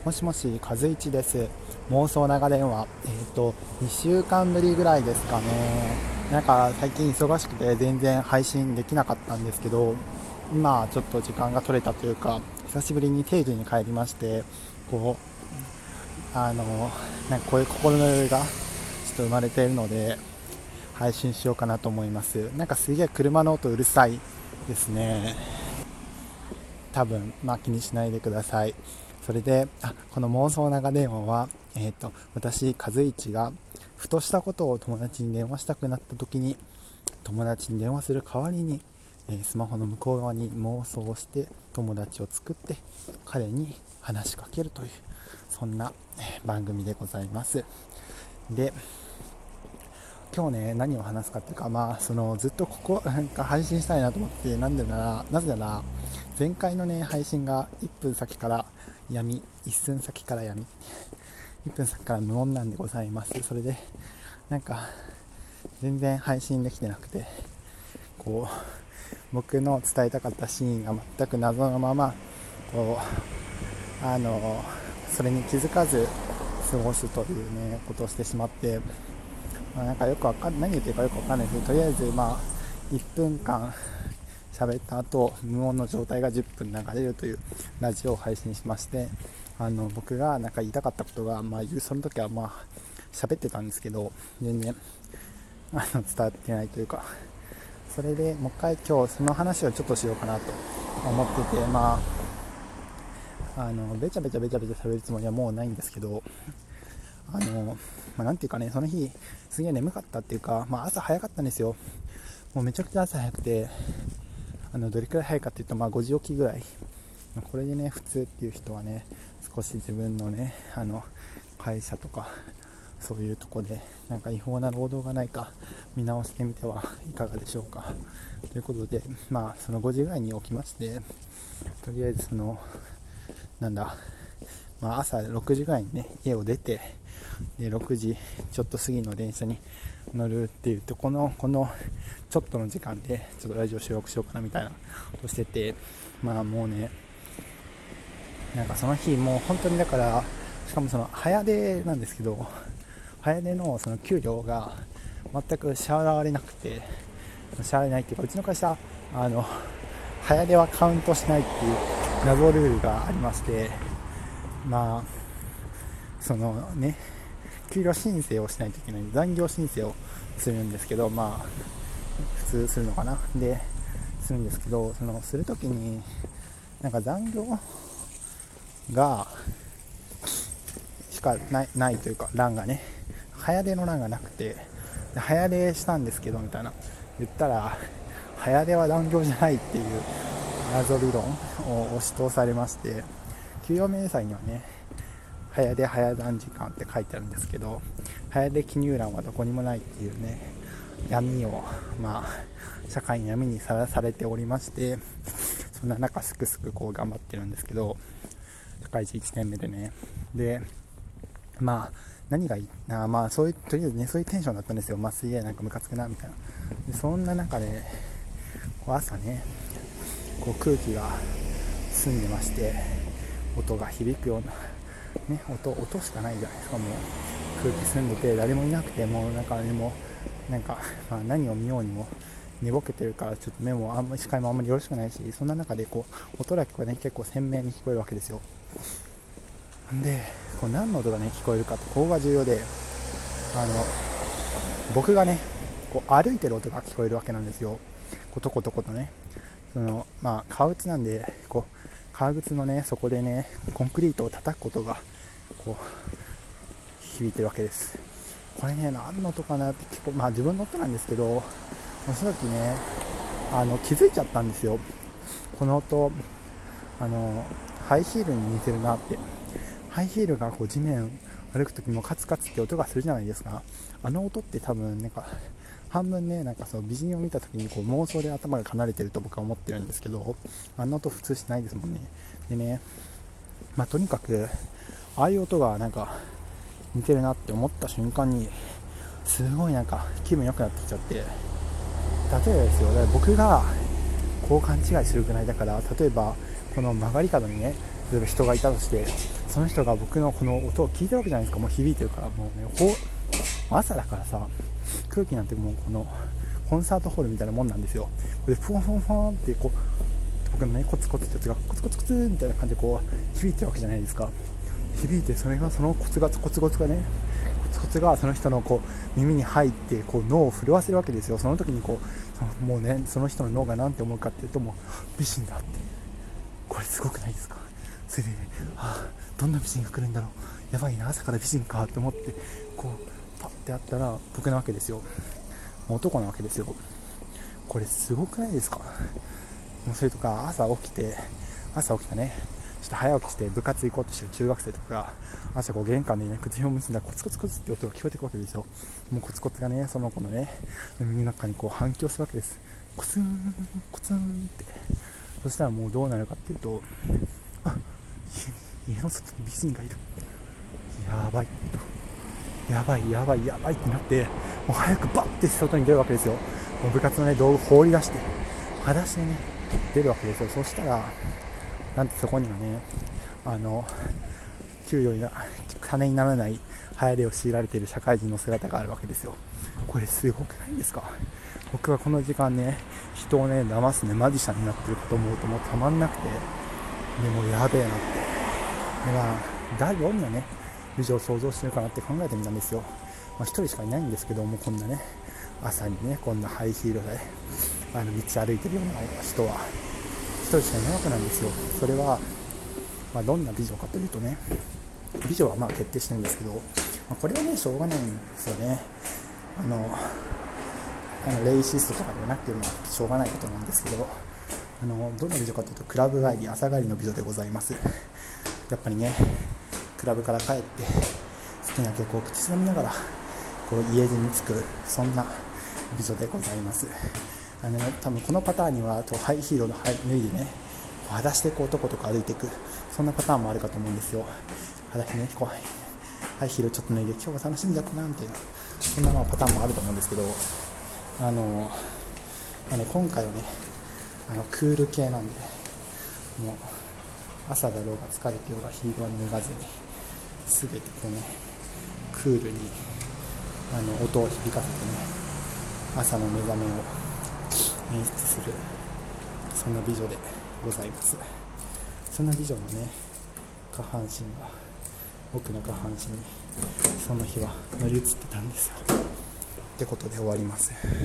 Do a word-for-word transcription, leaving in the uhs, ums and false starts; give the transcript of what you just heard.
もしもし、和一です。妄想長電話。えっ、と、にしゅうかんぶりぐらいですかね。なんか最近忙しくて全然配信できなかったんですけど、今ちょっと時間が取れたというか、久しぶりに定時に帰りまして、こう、あの、なんかこういう心の余裕がちょっと生まれているので、配信しようかなと思います。なんかすげえ車の音うるさいですね。多分、まあ、気にしないでください。それで、あこの妄想長電話は、えー、と私和一がふとしたことを友達に電話したくなった時に、友達に電話する代わりに、えースマホの向こう側に妄想をして友達を作って彼に話しかけるという、そんなえー番組でございます。で、今日ね、何を話すかっていうか、まあ、そのずっとここなんか配信したいなと思って、なんでならなぜなら前回のね配信がいっぷん先から闇、一寸先から闇、いっぷん先から無音なんでございます。それでなんか全然配信できてなくて、こう僕の伝えたかったシーンが全く謎のまま、こうあのそれに気づかず過ごすというねことをしてしまって、まあ、なんかよくわかん何言ってるかよくわかんないですけど、とりあえずまあいっぷんかん喋った後、無音の状態がじゅっぷん流れるというラジオを配信しまして、あの僕がなんか言いたかったことが、まあ、その時はまあ喋ってたんですけど、全然あの伝わってないというか、それでもう一回今日その話をちょっとしようかなと思ってて、まああのべちゃべちゃべちゃべちゃ喋るつもりはもうないんですけど、あの、まあ、なんていうかね、その日すげえ眠かったっていうか、まあ、朝早かったんですよ。もうめちゃくちゃ朝早くて、あのどれくらい早いかっていうと、まあごじ起きぐらい。これでね普通っていう人はね、少し自分のねあの会社とかそういうとこでなんか違法な労働がないか見直してみてはいかがでしょうかということで、まあそのごじぐらいに起きまして、とりあえずそのなんだ、まあ、朝ろくじぐらいにね家を出て、でろくじちょっと過ぎの電車に乗るっていうと、このこのちょっとの時間でちょっとラジオ収録しようかなみたいなことしてて、まあもうね、なんかその日もう本当にだから、しかもその早出なんですけど、早出のその給料が全く支払われなくて、支払われないっていうか、うちの会社あの早出はカウントしないっていう謎ルールがありまして、まあそのね給料申請をしないといけない、残業申請をするんですけど、まあ普通するのかな、でするんですけど、そのするときになんか残業がしかないないというか、欄がね早出の欄がなくて、で早出したんですけどみたいな言ったら、早出は残業じゃないっていう謎理論を押し通されまして、給与明細にはね早出早残時間って書いてあるんですけど、早出記入欄はどこにもないっていうね闇を、まあ社会の闇にさらされておりまして、そんな中すくすくこう頑張ってるんですけど、社会人いちねんめでね、でまあ何がいいな、まあそういうとりあえずねそういうテンションだったんですよ。まあすげえなんかムカつくなみたいな。でそんな中でこう朝ねこう空気が澄んでまして、音が響くようなね、音音しかないじゃないですか。もう空気澄んでて誰もいなくて、もうなんかでもなんか、まあ、何を見ようにも寝ぼけてるからちょっと目もあんまり視界もあんまりよろしくないし、そんな中でこう音だけがね結構鮮明に聞こえるわけですよ。でこう何の音がね聞こえるかって、ここが重要で、あの僕がねこう歩いてる音が聞こえるわけなんですよ。こうトコトコとね、そのまあ革靴なんで、こう革靴のねそこでねコンクリートを叩く音がこう響いてるわけです。これね何の音かなって結構、まあ自分の音なんですけど、その時ねあの気づいちゃったんですよ。この音、あのハイヒールに似てるなって。ハイヒールがこう地面歩くときもカツカツって音がするじゃないですか。あの音って多分なんか半分ね、なんかその美人を見たときにこう妄想で頭が離れてると僕は思ってるんですけど、あの音普通しないですもんね。でね、まあとにかくああいう音がなんか似てるなって思った瞬間にすごいなんか気分良くなってきちゃって、例えばですよ、だから僕がこう勘違いするぐらいだから、例えばこの曲がり角にね例えば人がいたとして、その人が僕のこの音を聞いてるわけじゃないですか。もう響いてるから、もうね、ほ朝だからさ、空気なんてもうこのコンサートホールみたいなもんなんですよ。これでフォンフォンフォンってこう僕のねコツコツってやつがコツコツコツみたいな感じでこう響いてるわけじゃないですか。響いて、それがそのコツがコツコツがねコツコツがその人のこう耳に入ってこう脳を震わせるわけですよ。その時にこうもうねその人の脳がなんて思うかっていうと、もう美人だって、これすごくないですか。それで、ね、はあ、どんな美人が来るんだろう、やばいな、朝から美人かって思ってこうパッてやったら僕なわけですよ。男なわけですよ。これすごくないですか。もうそれとか朝起きて朝起きたねちょっと早起きして部活行こうとしてる中学生とかが朝こう玄関でね靴ひも結んだらコツコツコツって音が聞こえてくるわけですよ。もうコツコツがねその子のね耳の中にこう反響するわけです。コツンコツンって。そしたらもうどうなるかっていうと、あ、家の外に美人がいる、やばいやばいやばいやばいってなって、もう早くバッて外に出るわけですよ。もう部活のね道具放り出して裸足でね出るわけですよ。そしたらなんとそこにはねあの給与が金にならない流行りを強いられている社会人の姿があるわけですよ。これすごくないですか。僕はこの時間ね人をね騙すねマジシャンになってるかと思うともうたまんなくて、でもやべえなって、でまあ誰どんなね美女を想像してるかなって考えてみたんですよ。まあ、一人しかいないんですけども、こんなね朝にねこんなハイヒールであの道歩いてるような人は一人しかいないわけなんですよ。それは、まあ、どんな美女かというとね、美女はまあ決定してるんですけど、まあ、これはねしょうがないんですよね。あのあのレイシストとかではなくてもしょうがないことなんですけど、あのどんな美女かというとクラブ帰り朝帰りの美女でございます。やっぱりねクラブから帰って好きな曲を口ずさみながらこう家路に着く、そんな美女でございます。あの多分このパターンにはとハイヒールの脱いでね裸足でこう男とか歩いていく、そんなパターンもあるかと思うんですよ。裸足ねこうハイヒールちょっと脱いで今日は楽しんじゃったなみたいな、そんなまあパターンもあると思うんですけど、あのあの今回はねあのクール系なんで、もう朝だろうが疲れてようがヒールは脱がずに全てこうねクールにあの音を響かせてね朝の目覚めを演出する、そんな美女でございます。そんな美女のね下半身が僕の下半身にその日は乗り移ってたんですよってことで終わります。